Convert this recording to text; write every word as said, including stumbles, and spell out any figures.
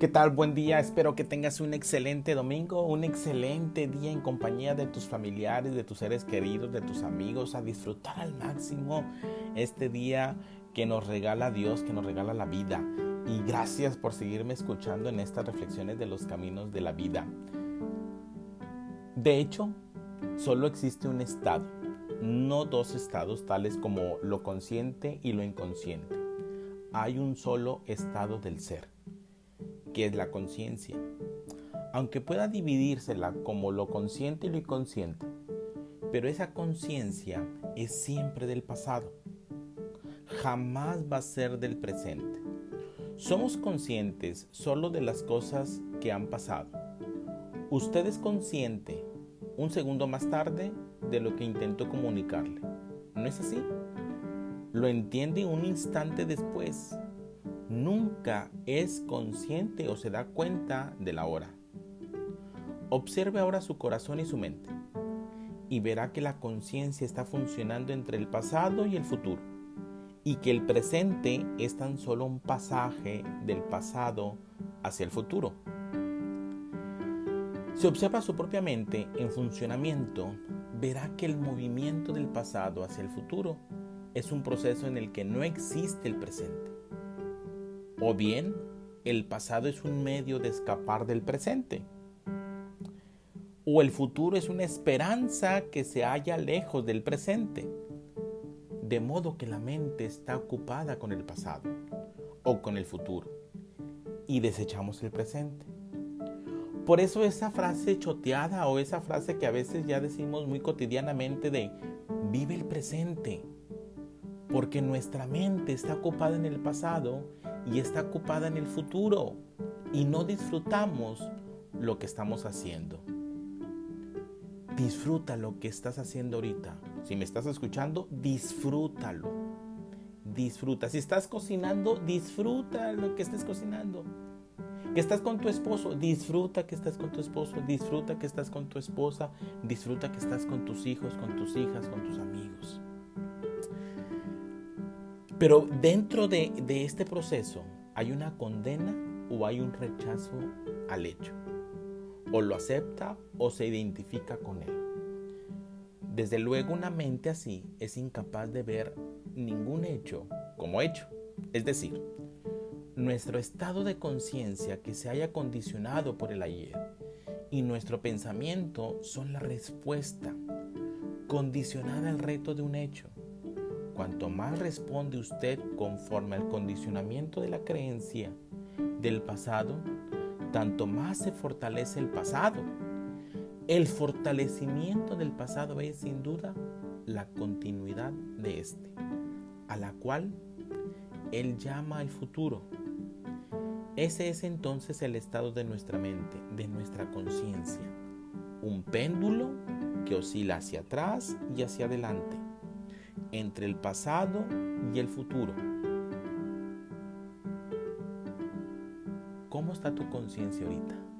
¿Qué tal? Buen día. Espero que tengas un excelente domingo, un excelente día en compañía de tus familiares, de tus seres queridos, de tus amigos, a disfrutar al máximo este día que nos regala Dios, que nos regala la vida. Y gracias por seguirme escuchando en estas reflexiones de los caminos de la vida. De hecho, solo existe un estado, no dos estados tales como lo consciente y lo inconsciente. Hay un solo estado del ser, que es la conciencia. Aunque pueda dividírsela como lo consciente y lo inconsciente, pero esa conciencia es siempre del pasado. Jamás va a ser del presente. Somos conscientes solo de las cosas que han pasado. Usted es consciente un segundo más tarde de lo que intentó comunicarle. ¿No es así? Lo entiende un instante después. Nunca es consciente o se da cuenta de la hora. Observe ahora su corazón y su mente y verá que la conciencia está funcionando entre el pasado y el futuro y que el presente es tan solo un pasaje del pasado hacia el futuro. Si observa su propia mente en funcionamiento, verá que el movimiento del pasado hacia el futuro es un proceso en el que no existe el presente. O bien, el pasado es un medio de escapar del presente. O el futuro es una esperanza que se halla lejos del presente. De modo que la mente está ocupada con el pasado o con el futuro y desechamos el presente. Por eso esa frase choteada o esa frase que a veces ya decimos muy cotidianamente de vive el presente, porque nuestra mente está ocupada en el pasado y está ocupada en el futuro y no disfrutamos lo que estamos haciendo. Disfruta lo que estás haciendo ahorita. Si me estás escuchando, disfrútalo. Disfruta. Si estás cocinando, disfruta lo que estés cocinando. Que estás con tu esposo, disfruta que estás con tu esposo. Disfruta que estás con tu esposa. Disfruta que estás con tus hijos, con tus hijas, con tus amigos. Pero dentro de, de este proceso hay una condena o hay un rechazo al hecho. O lo acepta o se identifica con él. Desde luego una mente así es incapaz de ver ningún hecho como hecho. Es decir, nuestro estado de conciencia que se haya condicionado por el ayer y nuestro pensamiento son la respuesta condicionada al reto de un hecho. Cuanto más responde usted conforme al condicionamiento de la creencia del pasado, tanto más se fortalece el pasado. El fortalecimiento del pasado es sin duda la continuidad de este, a la cual él llama el futuro. Ese es entonces el estado de nuestra mente, de nuestra conciencia. Un péndulo que oscila hacia atrás y hacia adelante, entre el pasado y el futuro. ¿Cómo está tu conciencia ahorita?